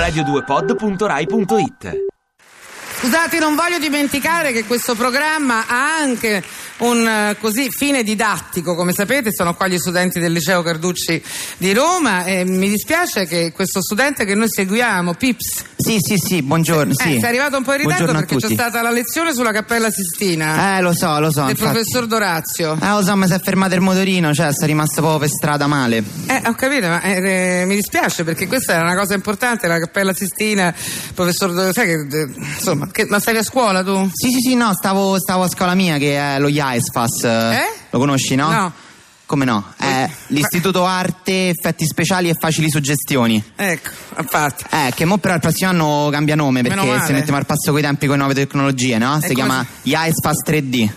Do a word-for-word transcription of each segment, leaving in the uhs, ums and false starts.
radio due pod punto rai punto it. Scusate, non voglio dimenticare che questo programma ha anche un uh, così fine didattico. Come sapete, sono qua gli studenti del liceo Carducci di Roma e mi dispiace che questo studente che noi seguiamo, Pips. Sì, sì, sì, buongiorno. Eh, sì. sei arrivato un po' in ritardo perché c'è stata la lezione sulla Cappella Sistina. Eh, lo so, lo so. Del infatti. professor Dorazio. Eh, lo so, mi si è fermato il motorino, cioè sta rimasto proprio per strada male. Eh, ho capito, ma eh, mi dispiace perché questa era una cosa importante, la Cappella Sistina, professor Dorazio, sai che, eh, insomma, che, ma stai a scuola tu? Sì, sì, sì, no, stavo, stavo a scuola mia che è lo I A E S F A S. Eh? Lo conosci, no? No. Come no? È l'Istituto Arte, Effetti Speciali e Facili Suggestioni. Ecco, infatti. Eh, che mo però il prossimo anno cambia nome perché se mettiamo al passo coi tempi con le nuove tecnologie, no? Si chiama I A E S F A S tre D.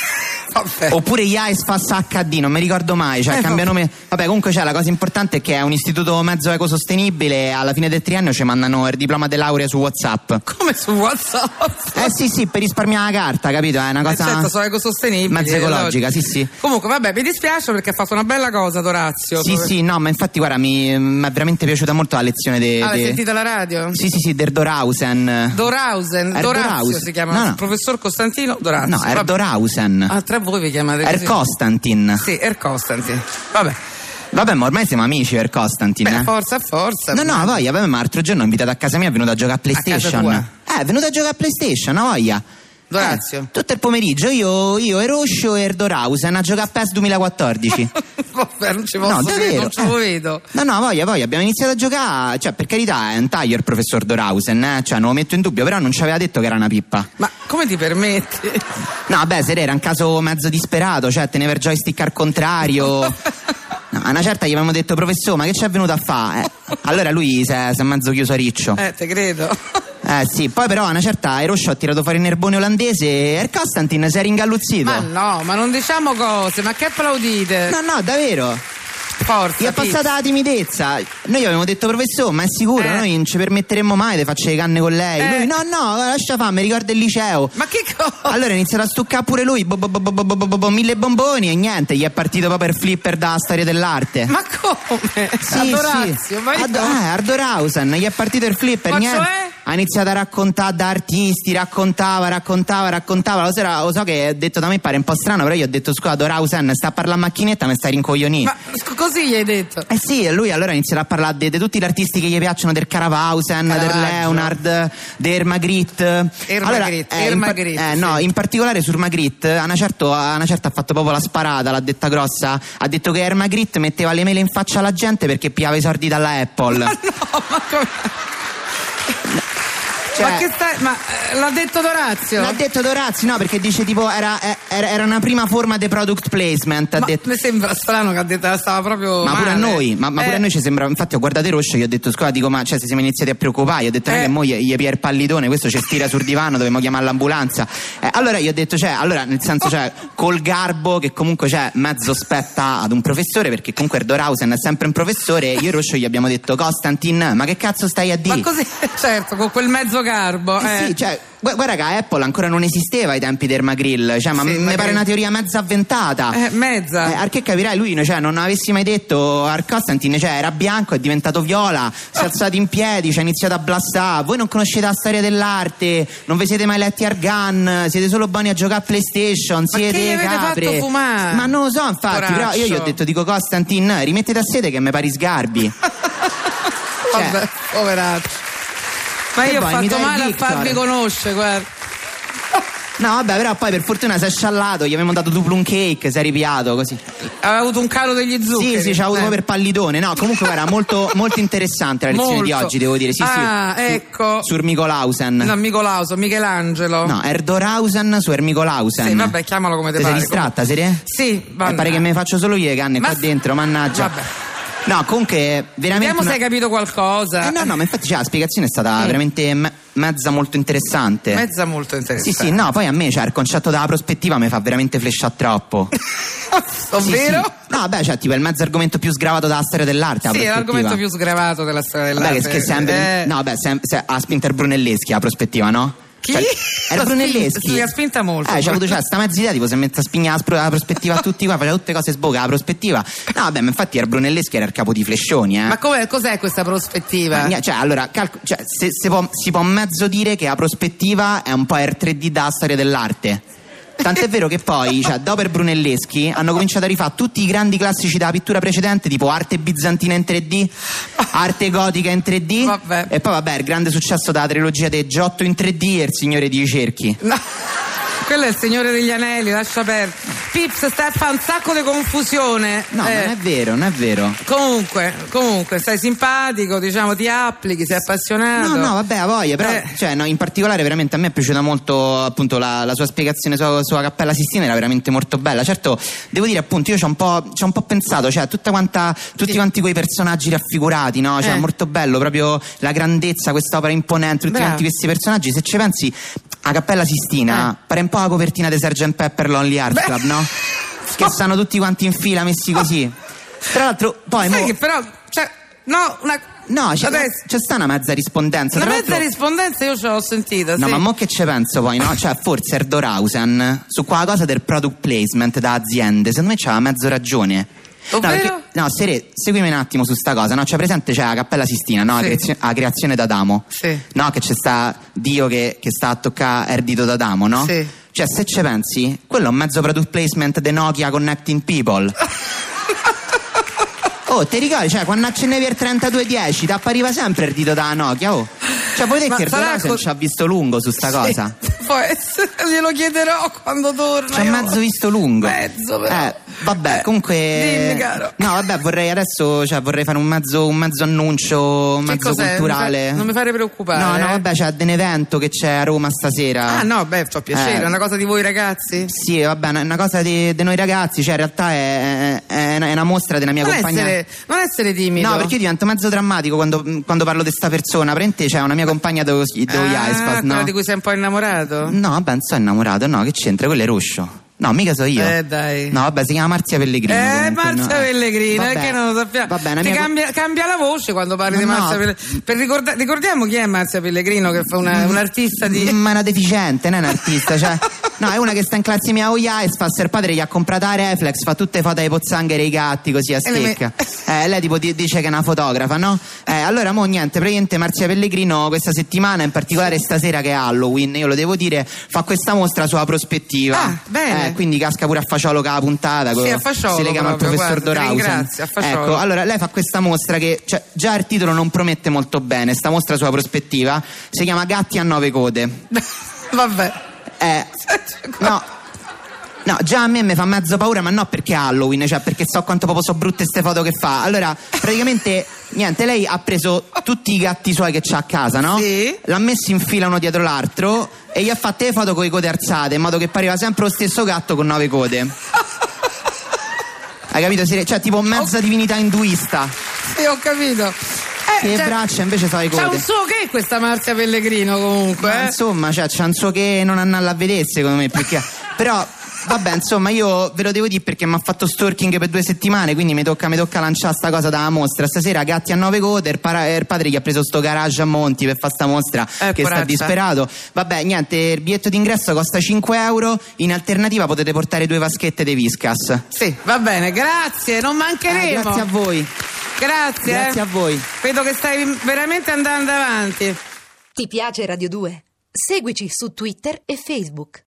Vabbè. Oppure I A E S F A S H D, non mi ricordo mai, cioè eh, cambia vabbè. nome. Vabbè, comunque c'è la cosa importante è che è un istituto mezzo ecosostenibile e alla fine del triennio ci mandano il diploma di laurea su WhatsApp. Come su WhatsApp? Eh sì, sì, per risparmiare la carta, capito? È una cosa. Eh certo, sono ecosostenibili. Mezzo ecologica, sì, sì. Comunque, vabbè, mi dispiace perché ha fatto una bella cosa Dorazio. Sì, dove... sì, no, ma infatti guarda, mi, mi è veramente piaciuta molto la lezione de, Ah, l'hai de... sentita la radio? Sì, sì, sì, del Dorausen. Dorausen, Er Dorazio Dorausen. si chiama, No, no. il professor Costantino Dorazio. No, era Dorausen. Ah, tra voi vi chiamate così? Er Costantin. Sì, Er Costantin. Vabbè. Vabbè, ma ormai siamo amici per Costantin. Beh, eh? forza, forza. No, no, voglia, vabbè, ma l'altro giorno è invitato a casa mia, è venuto a giocare a PlayStation. A casa Eh, è venuto a giocare a PlayStation, no voglia. Dorazio. Eh, tutto il pomeriggio io, io e Roscio e Erdorausen a giocare a PES duemilaquattordici. Vabbè, non ci posso No, credere, davvero, non ce lo eh. vedo. No, no, voglia, voglia, abbiamo iniziato a giocare, cioè per carità è un taglio il professor Dorausen, eh? Cioè non lo metto in dubbio, però non ci aveva detto che era una pippa. Ma come ti permetti? No, vabbè, se era un caso mezzo disperato, cioè teneva il joystick al contrario. No, a una certa gli avevamo detto, professore, ma che ci è venuto a fare? Eh, allora lui si è, si è mezzo chiuso a riccio. Eh, te credo. Eh sì, poi però a una certa Eroscio ha tirato fuori il nerbone olandese e Er Costantin si è ringalluzzito. Ma no, ma non diciamo cose, ma che applaudite? No, no, davvero. Forza. Gli è passata la timidezza. Noi gli avevamo detto, professore, ma è sicuro? Eh. Noi non ci permetteremmo mai di farci le canne con lei. Eh. Lui, no, no, lascia fare, mi ricorda il liceo. Ma che cosa? Allora ha iniziato a stuccare pure lui, bo, bo, bo, bo, bo, bo, bo, bo, mille bomboni e niente, gli è partito proprio il flipper dalla storia dell'arte. Ma come? Sì, Adorazio, sì. ma io... Ad- eh, Ardorausen, gli è partito il flipper, Ma niente. cioè? Ha iniziato a raccontare da artisti, raccontava, raccontava, raccontava. Lo, sera, lo so che detto da me pare un po' strano, però io ho detto, scusa Dorausen, sta a parlare a macchinetta, mi stai rincoglionito. Ma sc- così gli hai detto? Eh sì, e lui allora ha iniziato a parlare di tutti gli artisti che gli piacciono, del Caravausen, del Caravaggio. Leonard, del Magritte. Er Allora, Magritte, eh, Er in par- Magritte, eh, sì. no, in particolare sul Magritte, a una, certo, a una certa ha fatto proprio la sparata, l'ha detta grossa. Ha detto che Er Magritte metteva le mele in faccia alla gente perché pigliava i soldi dalla Apple. Ma no, ma come... Cioè, ma che stai... Ma eh, l'ha detto Dorazio? L'ha detto Dorazio, no, perché dice tipo era, era, era una prima forma di product placement. Ha Ma detto. mi sembra strano che ha detto stava proprio Ma pure a male. noi, ma, ma pure Eh. a noi ci sembra. Infatti ho guardato Roscio, gli ho detto scusa, dico, ma cioè se siamo iniziati a preoccupare, gli ho detto Eh. eh. che mo gli, gli pia il pallidone, questo ci stira sul divano, dobbiamo chiamare l'ambulanza. Eh, allora gli ho detto, cioè, allora nel senso, cioè, col garbo che comunque c'è mezzo spetta ad un professore, perché comunque Erdorausen è sempre un professore, io e Roscio gli abbiamo detto, Costantin, ma che cazzo stai a dire? Ma così, certo, con quel mezzo garbo. Eh Eh. sì, cioè, gu- guarda che Apple ancora non esisteva ai tempi del Magrill, cioè, ma Sì, mi Magrill. pare una teoria mezza avventata. Eh, mezza. Eh, al che capirai lui, no, cioè, non avessi mai detto Ar Costantin, cioè, era bianco, è diventato viola, si è alzato in piedi, ci ha iniziato a blastare. Voi non conoscete la storia dell'arte, non vi siete mai letti Argan, siete solo buoni a giocare a PlayStation, Ma siete che gli avete capre. fatto fumare? Ma non lo so, infatti, Poraccio. però io gli ho detto, dico Costantin, rimettete a sede che mi pari sgarbi. Cioè, Vabbè, poveraccio. Ma che io ho vuoi, mi fatto dai male a Victor? farvi conoscere, guarda. No, vabbè, però poi per fortuna si è sciallato, gli avevamo dato duplo un cake, si è ripiato così. Aveva avuto un calo degli zuccheri. Sì, sì, c'ha avuto Eh. proprio per pallidone. No, comunque era molto, molto interessante la lezione di Molto. oggi, devo dire. Sì, Ah, sì. Su- ecco. Sur Mikolausen. No, Micolauso, Michelangelo. No, Erdorausen su Ermikolausen. Sì, vabbè, chiamalo come te Ti sei pare. distratta, serie? Sì, Eh, pare che me ne faccio solo io le canne Ma- qua dentro, mannaggia. Vabbè. No, comunque veramente. Vediamo una- se hai capito qualcosa. Eh, no, no, ma infatti cioè, la spiegazione è stata Mm. veramente me- mezza molto interessante. Mezza molto Sì, interessante. sì, no, poi a me, cioè, il concetto della prospettiva mi fa veramente flashare troppo. Ovvero? Sì, sì. No, beh, cioè, tipo, è il mezzo argomento più sgravato dalla storia dell'arte. la Sì, è prospettiva. l'argomento più sgravato della storia dell'arte. Vabbè, che, che sempre. Eh, No, beh, sem- se- ha spinto il Brunelleschi la prospettiva, no? Chi? Cioè, era Brunelleschi. Si ha spinta molto. Eh, c'ha avuto cioè, sta mezza idea, tipo si mette a spignare la, spro- la prospettiva a tutti qua, faceva tutte cose sboca, la prospettiva. No, vabbè, ma infatti era Brunelleschi, era il capo di Flescioni, eh. Ma com'è, cos'è questa prospettiva? Ma, cioè, allora, calco- cioè, se, se può, si può mezzo dire che la prospettiva è un po' il tre D da storia dell'arte. Tant'è vero che poi, cioè, dopo il Brunelleschi, hanno cominciato a rifare tutti i grandi classici della pittura precedente, tipo arte bizantina in tre D, arte gotica in tre D, vabbè. E poi vabbè, il grande successo della trilogia dei Giotto in tre D e il Signore dei Cerchi. No. Quello è il Signore degli Anelli, lascia perdere. Pips, stai a fare un sacco di confusione. No, eh. non è vero, non è vero. Comunque, comunque, stai simpatico, diciamo, ti applichi, sei appassionato. No, no, vabbè, a voglia, però, eh. cioè, no, in particolare veramente a me è piaciuta molto, appunto, la, la sua spiegazione sulla, sulla Cappella Sistina era veramente molto bella. Certo, devo dire, appunto, io ci ho un po', ci ho un po' pensato, cioè, tutta quanta, tutti sì. quanti quei personaggi raffigurati, no? Cioè, eh. molto bello, proprio la grandezza, quest'opera imponente, tutti Bravo. quanti questi personaggi, se ci pensi. A Cappella Sistina eh. pare un po' la copertina di sergeant Pepper Lonely Hearts Club, no? Che oh. stanno tutti quanti in fila messi così. Tra l'altro poi sai mo... che però cioè, no una No, c'è, c'è sta una mezza rispondenza. Una Tra mezza rispondenza io ce l'ho sentita. No, sì. ma mo che ci penso poi, no? Cioè, forse Erdorhausen su quella cosa del product placement da aziende, secondo me c'aveva mezzo ragione. Ovvero? No, perché, no, Sere, seguimi un attimo su sta cosa, no? C'è presente, c'è la Cappella Sistina, no? Sì. La, creazio- la creazione d'Adamo. Sì. No, che c'è sta Dio che, che sta a toccare il dito d'Adamo, no? Sì. Cioè, se ci pensi, quello è un mezzo product placement di Nokia Connecting People. Oh, ti ricordi? Cioè, quando accendevi il trentadue dieci ti appariva sempre il dito da Nokia, oh. Cioè, vuoi dire che Erdorhausen co- ci ha visto lungo su sta sì, cosa? Può essere, glielo chiederò quando torna. Ci ha mezzo visto lungo. Mezzo, però. Eh, vabbè, eh, comunque. Dimmi, caro. No, vabbè, vorrei adesso, cioè, vorrei fare un mezzo, un mezzo annuncio, un mezzo cos'è? culturale. Mi fa, non mi fare preoccupare. No, no, eh? vabbè, c'è un evento che c'è a Roma stasera. Ah, no, beh, c'ho piacere, eh. è una cosa di voi ragazzi? Sì, vabbè, è una cosa di, di noi ragazzi, cioè, in realtà è, è, è una mostra della mia non compagna. Essere, non essere timido. No, perché io divento mezzo drammatico quando, quando parlo di sta persona. Praticamente c'è una mia compagna dello, dello ah, Iaspas, no? di cui sei un po' innamorato? No, vabbè, non sono innamorato, no, che c'entra? Quello è Roscio. No, mica so io. Eh, dai. No, vabbè, si chiama Marzia Pellegrino. Eh, comunque, Marzia no. Pellegrino, Vabbè, che non lo sappiamo. Vabbè, Ti mia... cambia, cambia la voce quando parli no, di Marzia no. Pellegrino. Per ricorda- ricordiamo chi è Marzia Pellegrino, che fa una, un artista di. Ma è una deficiente, non è un artista, cioè. No, è una che sta in classe mia Oia e fa il padre gli ha comprato la reflex, fa tutte foto ai pozzanghere e ai gatti così a stecca. Me... Eh, lei tipo d- dice che è una fotografa, no? Eh, allora mo niente, praticamente Marzia Pellegrino questa settimana, in particolare stasera che è Halloween, io lo devo dire, fa questa mostra sulla prospettiva. Ah, bene. Eh, quindi casca pure a fasciolo con la puntata, sì, a fasciolo, si lega al professor Dorausen. Grazie, a fasciolo. Ecco, allora lei fa questa mostra che cioè, già il titolo non promette molto bene, sta mostra sulla prospettiva, si chiama Gatti a nove code. Vabbè. Eh, no. No, già a me mi fa mezzo paura, ma no perché è Halloween, cioè perché so quanto proprio so brutte ste foto che fa. Allora, praticamente, niente, lei ha preso tutti i gatti suoi che c'ha a casa, no? Sì. L'ha messi in fila uno dietro l'altro e gli ha fatte le foto con le code alzate, in modo che pareva sempre lo stesso gatto con nove code. Hai capito? Cioè, tipo mezza oh. divinità induista. Sì, ho capito. Eh, le cioè, braccia invece sono le code. C'ha un suo che questa Marzia Pellegrino comunque. Ma, eh? Insomma, cioè, c'ha un suo che non andare a vedere secondo me, perché però vabbè, insomma, io ve lo devo dire perché mi ha fatto stalking per due settimane, quindi mi tocca, mi tocca lanciare sta cosa dalla mostra. Stasera Gatti a nove code, il, para, il padre gli ha preso sto garage a Monti per fare sta mostra, eh, che poraccia. Sta disperato. Vabbè, niente, il biglietto d'ingresso costa cinque euro, in alternativa potete portare due vaschette di Whiskas. Sì, va bene, grazie, non mancheremo. Eh, grazie a voi. Grazie. Grazie eh. a voi. Vedo che stai veramente andando avanti. Ti piace Radio due? Seguici su Twitter e Facebook.